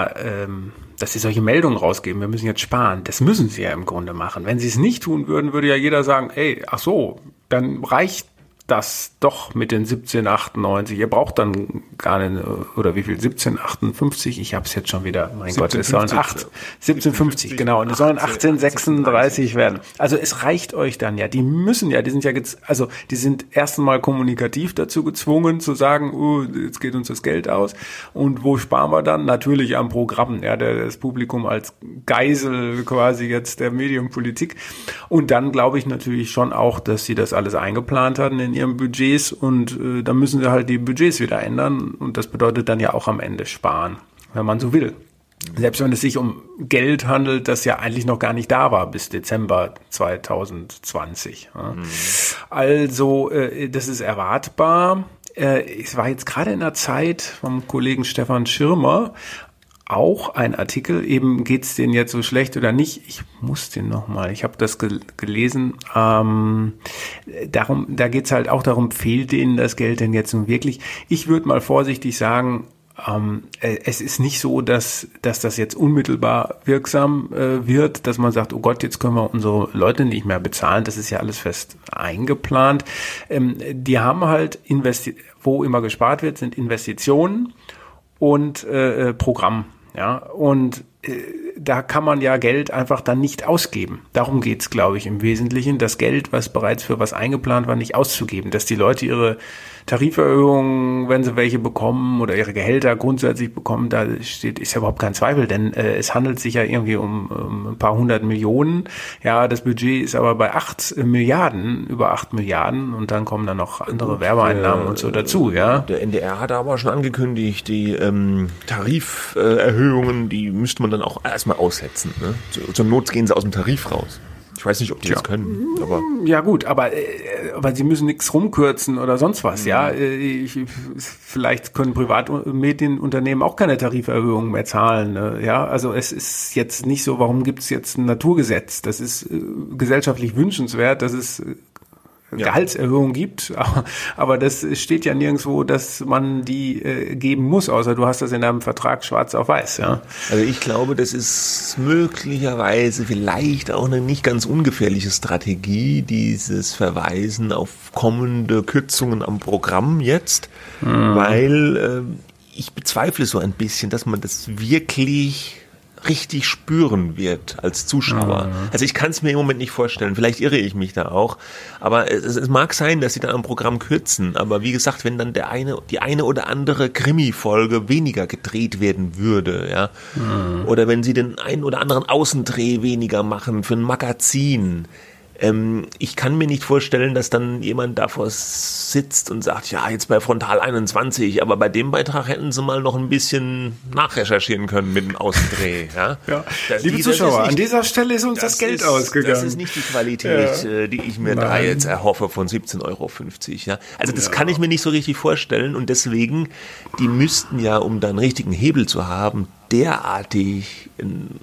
Meldungen rausgeben, wir müssen jetzt sparen, das müssen sie ja im Grunde machen. Wenn sie es nicht tun würden, würde ja jeder sagen, ey, ach so, dann reicht das doch mit den 17,98. Ihr braucht dann gar nicht, oder wie viel? 17,58? Ich habe es jetzt schon wieder. Mein Gott, es sollen 17,50, genau. Und es sollen 18,36 werden. Also es reicht euch dann ja. Die müssen ja, die sind ja jetzt, also die sind erst einmal kommunikativ dazu gezwungen zu sagen, jetzt geht uns das Geld aus. Und wo sparen wir dann? Natürlich am Programm. Ja, das Publikum als Geisel quasi jetzt der Medienpolitik. Und dann glaube ich natürlich schon auch, dass sie das alles eingeplant hatten in ihren Budgets, und da müssen sie halt die Budgets wieder ändern, und das bedeutet dann ja auch am Ende sparen, wenn man so will. Selbst wenn es sich um Geld handelt, das ja eigentlich noch gar nicht da war bis Dezember 2020. Ja. Also das ist erwartbar. Es war jetzt gerade in der Zeit vom Kollegen Stefan Schirmer auch ein Artikel, eben geht's denen jetzt so schlecht oder nicht. Ich muss den nochmal, ich habe das gelesen. Da geht's halt auch darum, fehlt denen das Geld denn jetzt nun wirklich? Ich würde mal vorsichtig sagen, es ist nicht so, dass das jetzt unmittelbar wirksam wird, dass man sagt, oh Gott, jetzt können wir unsere Leute nicht mehr bezahlen. Das ist ja alles fest eingeplant. Die haben halt, wo immer gespart wird, sind Investitionen und Programm. Ja, und da kann man ja Geld einfach dann nicht ausgeben. Darum geht's, glaube ich, im Wesentlichen, das Geld, was bereits für was eingeplant war, nicht auszugeben. Dass die Leute ihre Tariferhöhungen, wenn sie welche bekommen, oder ihre Gehälter grundsätzlich bekommen, ist ja überhaupt kein Zweifel, denn es handelt sich ja irgendwie um ein paar 100 Millionen. Ja, das Budget ist aber bei 8 Milliarden, über 8 Milliarden, und dann kommen dann noch andere Werbeeinnahmen und so dazu, ja. Der NDR hat aber schon angekündigt, die Tariferhöhungen, die müsste man dann auch erstmal aussetzen. Ne? Zur Not gehen sie aus dem Tarif raus. Ich weiß nicht, ob die das können. Aber ja gut, aber sie müssen nichts rumkürzen oder sonst was. Ja, vielleicht können Privatmedienunternehmen auch keine Tariferhöhung mehr zahlen. Ne? Ja, also es ist jetzt nicht so, warum gibt es jetzt ein Naturgesetz? Das ist gesellschaftlich wünschenswert, dass es Gehaltserhöhung gibt, aber das steht ja nirgendwo, dass man die geben muss, außer du hast das in deinem Vertrag schwarz auf weiß. Ja. Also ich glaube, das ist möglicherweise vielleicht auch eine nicht ganz ungefährliche Strategie, dieses Verweisen auf kommende Kürzungen am Programm jetzt, weil ich bezweifle so ein bisschen, dass man das wirklich richtig spüren wird als Zuschauer. Also ich kann es mir im Moment nicht vorstellen, vielleicht irre ich mich da auch, aber es mag sein, dass sie dann am Programm kürzen, aber wie gesagt, wenn dann die eine oder andere Krimi-Folge weniger gedreht werden würde, ja, oder wenn sie den einen oder anderen Außendreh weniger machen für ein Magazin, ich kann mir nicht vorstellen, dass dann jemand davor sitzt und sagt, ja, jetzt bei Frontal 21, aber bei dem Beitrag hätten sie mal noch ein bisschen nachrecherchieren können mit dem Außendreh. Ja? Liebe Zuschauer, an dieser Stelle ist uns das Geld ausgegangen. Das ist nicht die Qualität, die ich mir da jetzt erhoffe von 17,50 €. Ja? Also das kann ich mir nicht so richtig vorstellen und deswegen, die müssten ja, um da einen richtigen Hebel zu haben, derartig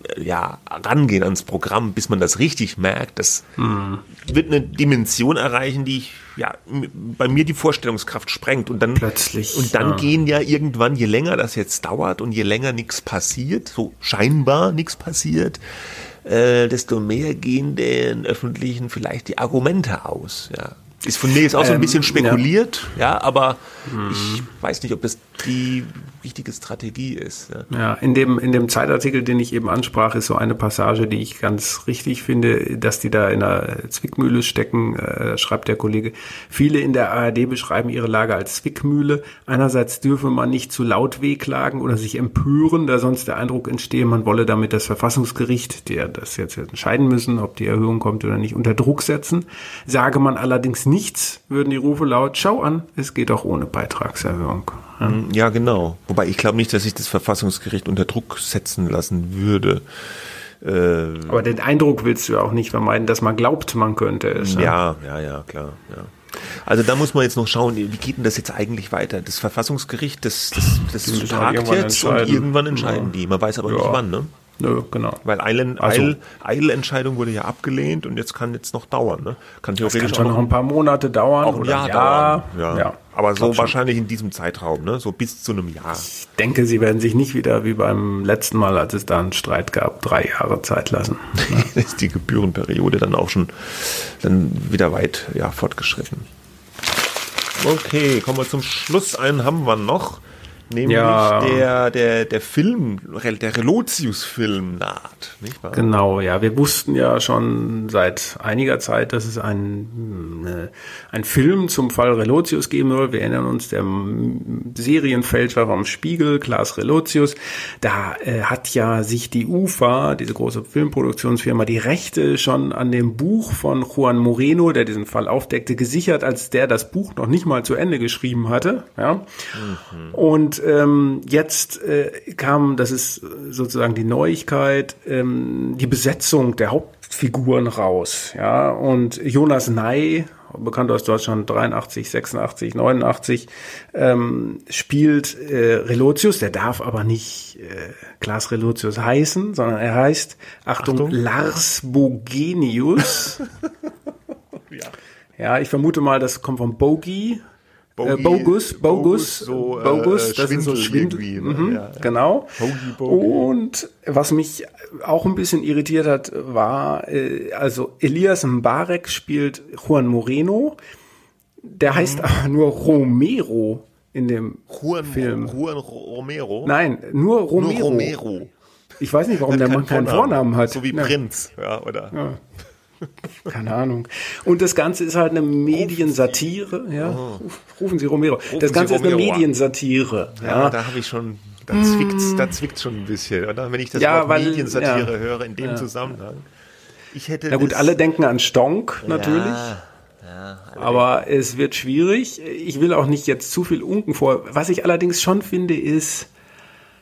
rangehen ans Programm, bis man das richtig merkt. Das wird eine Dimension erreichen, die bei mir die Vorstellungskraft sprengt. Und dann gehen ja irgendwann, je länger das jetzt dauert und je länger nichts passiert, so scheinbar nichts passiert, desto mehr gehen den Öffentlichen vielleicht die Argumente aus. Ja. Ist von mir jetzt auch so ein bisschen spekuliert, aber ich weiß nicht, ob das die richtige Strategie ist. Ja, in dem Zeitartikel, den ich eben ansprach, ist so eine Passage, die ich ganz richtig finde, dass die da in einer Zwickmühle stecken, schreibt der Kollege. Viele in der ARD beschreiben ihre Lage als Zwickmühle. Einerseits dürfe man nicht zu laut wehklagen oder sich empören, da sonst der Eindruck entstehe, man wolle damit das Verfassungsgericht, der das jetzt entscheiden müssen, ob die Erhöhung kommt oder nicht, unter Druck setzen. Sage man allerdings nichts, würden die Rufe laut, schau an, es geht auch ohne Beitragserhöhung. Ja, genau. Wobei ich glaube nicht, dass sich das Verfassungsgericht unter Druck setzen lassen würde. Aber den Eindruck willst du ja auch nicht vermeiden, dass man glaubt, man könnte es. Ja, klar. Ja. Also da muss man jetzt noch schauen, wie geht denn das jetzt eigentlich weiter? Das Verfassungsgericht, das tagt jetzt und irgendwann entscheiden die. Man weiß aber nicht wann, ne? Nö, genau. Weil Eilentscheidung wurde ja abgelehnt und jetzt kann noch dauern. Ne? Kann schon noch ein paar Monate dauern. Auch ein Jahr dauern. Ja. Aber so wahrscheinlich in diesem Zeitraum, ne? So bis zu einem Jahr. Ich denke, sie werden sich nicht wieder wie beim letzten Mal, als es da einen Streit gab, 3 Jahre Zeit lassen. Da ist die Gebührenperiode dann auch schon wieder weit fortgeschritten. Okay, kommen wir zum Schluss. Einen haben wir noch. Nämlich der Film, der Relotius-Film naht, nicht wahr? Genau, ja. Wir wussten ja schon seit einiger Zeit, dass es ein Film zum Fall Relotius geben soll. Wir erinnern uns, der Serienfälscher vom Spiegel, Klaas Relotius. Da hat ja sich die UFA, diese große Filmproduktionsfirma, die Rechte schon an dem Buch von Juan Moreno, der diesen Fall aufdeckte, gesichert, als der das Buch noch nicht mal zu Ende geschrieben hatte. Ja. Und jetzt kam, das ist sozusagen die Neuigkeit, die Besetzung der Hauptfiguren raus. Ja, und Jonas Ney, bekannt aus Deutschland 83, 86, 89, spielt Relotius. Der darf aber nicht Klaas Relotius heißen, sondern er heißt, Achtung. Lars Bogenius. Ja, ich vermute mal, das kommt von Bogie. Bogus, das ist so Schwindel. Genau. Bogie. Und was mich auch ein bisschen irritiert hat, war, also Elias Mbarek spielt Juan Moreno, der heißt aber nur Romero in dem Film. Juan Romero? Nein, nur Romero. Ich weiß nicht, warum der Mann keinen Vornamen hat. So wie Prinz, oder? Ja. Keine Ahnung. Und das Ganze ist halt eine Mediensatire. Ja. Rufen Sie Romero. Das Ganze ist eine Mediensatire. Ja, da habe ich schon, da zwickt's schon ein bisschen, oder? Wenn ich das Wort Mediensatire höre in dem Zusammenhang. Na gut, alle denken an Stonk, natürlich. Aber es wird schwierig. Ich will auch nicht jetzt zu viel Unken vor. Was ich allerdings schon finde, ist,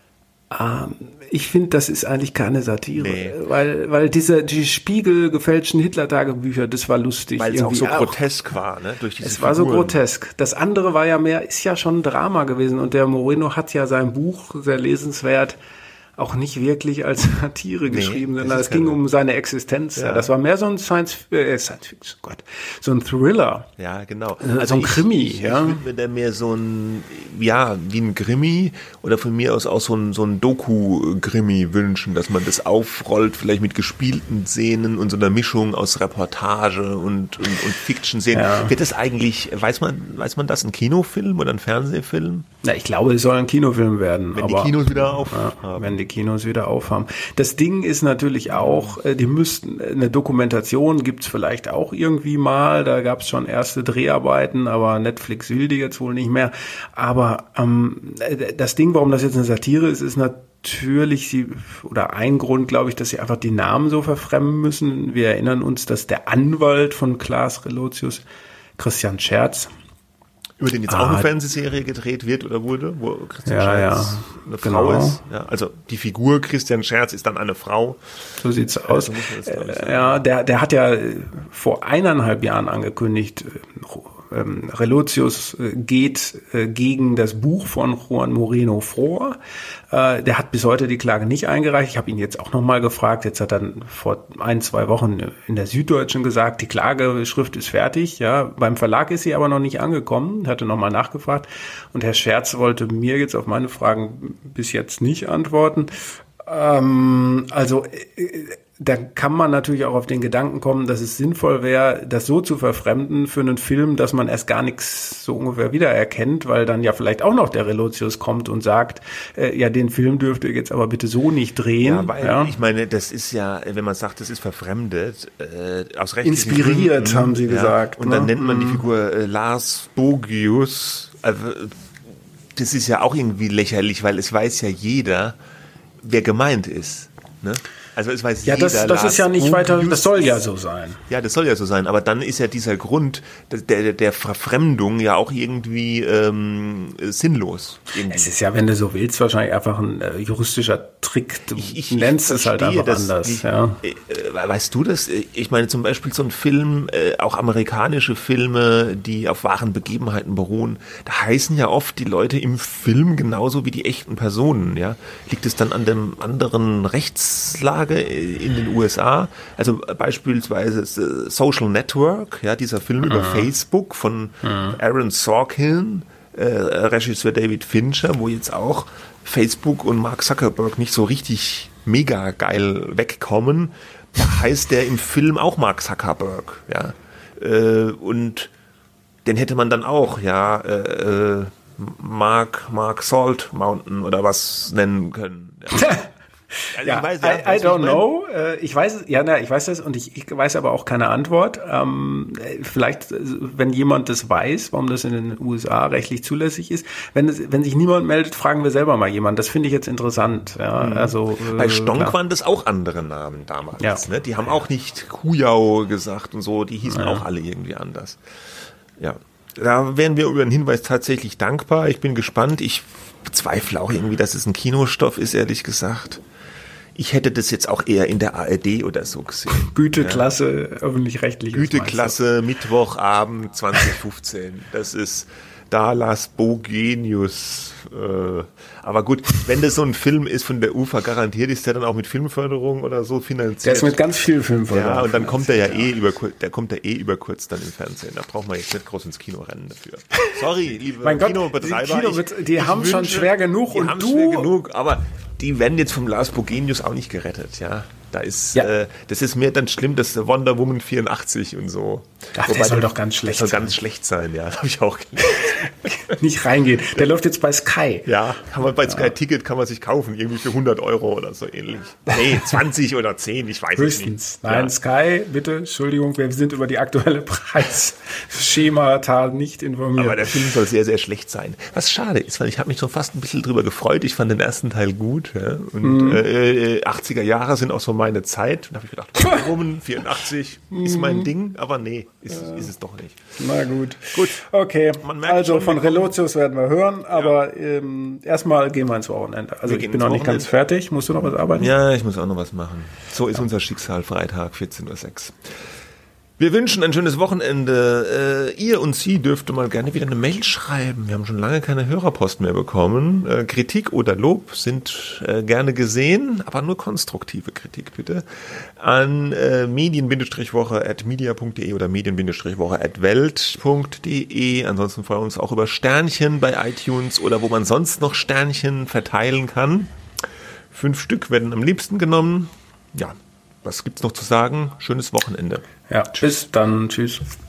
Ich finde, das ist eigentlich keine Satire, weil die spiegelgefälschten Hitler-Tagebücher, das war lustig. Weil es auch so grotesk war, ne? Durch diese Figuren. War so grotesk. Das andere war ist ja schon ein Drama gewesen und der Moreno hat ja sein Buch, sehr lesenswert, auch nicht wirklich als Satire geschrieben, sondern es ging um seine Existenz. Ja. Das war mehr so ein Science-Fiction, so ein Thriller. Ja, genau. Also ein Krimi. Ich würde mir da mehr so ein, wie ein Krimi oder von mir aus auch so ein Doku-Krimi wünschen, dass man das aufrollt, vielleicht mit gespielten Szenen und so einer Mischung aus Reportage und Fiction-Szenen. Ja. Wird das eigentlich, weiß man das, ein Kinofilm oder ein Fernsehfilm? Na, ich glaube, es soll ein Kinofilm werden. Wenn die Kinos wieder aufhaben. Wenn die Kinos wieder aufhaben. Das Ding ist natürlich auch, die müssten, eine Dokumentation gibt's vielleicht auch irgendwie mal, da gab's schon erste Dreharbeiten, aber Netflix will die jetzt wohl nicht mehr. Aber das Ding, warum das jetzt eine Satire ist natürlich ein Grund, glaube ich, dass sie einfach die Namen so verfremden müssen. Wir erinnern uns, dass der Anwalt von Klaas Relotius, Christian Scherz, über den jetzt auch eine Fernsehserie gedreht wird oder wurde, wo Christian Scherz eine Frau ist. Ja, also die Figur Christian Scherz ist dann eine Frau. So sieht's aus. Der hat ja vor 1,5 Jahren angekündigt, Relotius geht gegen das Buch von Juan Moreno vor. Der hat bis heute die Klage nicht eingereicht. Ich habe ihn jetzt auch nochmal gefragt. Jetzt hat er vor 1-2 Wochen in der Süddeutschen gesagt, die Klageschrift ist fertig. Ja, beim Verlag ist sie aber noch nicht angekommen. Hatte nochmal nachgefragt. Und Herr Scherz wollte mir jetzt auf meine Fragen bis jetzt nicht antworten. Da kann man natürlich auch auf den Gedanken kommen, dass es sinnvoll wäre, das so zu verfremden für einen Film, dass man erst gar nichts so ungefähr wiedererkennt, weil dann ja vielleicht auch noch der Relotius kommt und sagt, den Film dürft ihr jetzt aber bitte so nicht drehen. Ja, weil ich meine, das ist ja, wenn man sagt, das ist verfremdet, aus rechtlichen inspiriert, Gründen, haben sie gesagt. Und dann nennt man die Figur Lars Bogius. Das ist ja auch irgendwie lächerlich, weil es weiß ja jeder, wer gemeint ist. Ne? Also es weiß jeder. Das ist ja nicht weiter, das soll ja so sein. Ja, das soll ja so sein, aber dann ist ja dieser Grund der Verfremdung ja auch irgendwie sinnlos. Irgendwie. Es ist ja, wenn du so willst, wahrscheinlich einfach ein juristischer Trick. Du nennst es halt einfach anders. Weißt du das? Ich meine zum Beispiel so ein Film, auch amerikanische Filme, die auf wahren Begebenheiten beruhen, da heißen ja oft die Leute im Film genauso wie die echten Personen. Ja? Liegt es dann an dem anderen Rechtslage in den USA, also beispielsweise Social Network, ja, dieser Film über Facebook von Aaron Sorkin, Regisseur David Fincher, wo jetzt auch Facebook und Mark Zuckerberg nicht so richtig mega geil wegkommen, da heißt der im Film auch Mark Zuckerberg, ja, und den hätte man dann auch, Mark Salt Mountain oder was nennen können. Ja. Also ja, I don't know. Ich weiß es, ich weiß das und ich weiß aber auch keine Antwort. Vielleicht, wenn jemand das weiß, warum das in den USA rechtlich zulässig ist, wenn sich niemand meldet, fragen wir selber mal jemanden. Das finde ich jetzt interessant. Ja, also bei Stonk waren das auch andere Namen damals. Ja. Ne? Die haben auch nicht Kujau gesagt und so. Die hießen auch alle irgendwie anders. Ja, da wären wir über den Hinweis tatsächlich dankbar. Ich bin gespannt. Ich bezweifle auch irgendwie, dass es ein Kinostoff ist, ehrlich gesagt. Ich hätte das jetzt auch eher in der ARD oder so gesehen. Güteklasse, öffentlich-rechtliches. Güteklasse, Mittwochabend 2015. Das ist Lars Bogius. Aber gut, wenn das so ein Film ist von der UFA, garantiert ist der dann auch mit Filmförderung oder so finanziert. Der ist mit ganz viel Filmförderung. Ja, und dann kommt der über kurz dann im Fernsehen. Da braucht man jetzt nicht groß ins Kino rennen dafür. Sorry, liebe Kinobetreiber. Die haben schon schwer genug. Die haben schwer genug, aber die werden jetzt vom Lars Bogenius auch nicht gerettet, ja. Da ist, das ist mir dann schlimm, dass Wonder Woman 84 und so. Ach, der soll doch ganz schlecht sein. Der soll ganz schlecht sein, ja. Das habe ich auch gelesen. Nicht reingehen. Der läuft jetzt bei Sky. Ja, kann man bei Sky Ticket kann man sich kaufen, irgendwie für 100 Euro oder so ähnlich. Nee, 20 oder 10, ich weiß es nicht. Nein, Sky, bitte, Entschuldigung, wir sind über die aktuelle Preisschemata nicht informiert. Aber der Film soll sehr, sehr schlecht sein. Was schade ist, weil ich habe mich so fast ein bisschen drüber gefreut. Ich fand den ersten Teil gut. Ja? Und 80er Jahre sind auch so meine Zeit. Und da habe ich gedacht, warum 84 ist mein Ding, aber nee, ist es doch nicht. Na gut. Okay, also von Relotius werden wir hören, aber erstmal gehen wir ins Wochenende. Also ich bin noch nicht ganz fertig. Musst du noch was arbeiten? Ja, ich muss auch noch was machen. So ist unser Schicksal, Freitag, 14:06 Uhr. Wir wünschen ein schönes Wochenende. Ihr und Sie dürfte mal gerne wieder eine Mail schreiben. Wir haben schon lange keine Hörerpost mehr bekommen. Kritik oder Lob sind gerne gesehen, aber nur konstruktive Kritik bitte. An medien-woche@media.de oder medien-woche@welt.de. Ansonsten freuen wir uns auch über Sternchen bei iTunes oder wo man sonst noch Sternchen verteilen kann. 5 Stück werden am liebsten genommen. Ja. Was gibt's noch zu sagen? Schönes Wochenende. Ja, bis dann. Tschüss.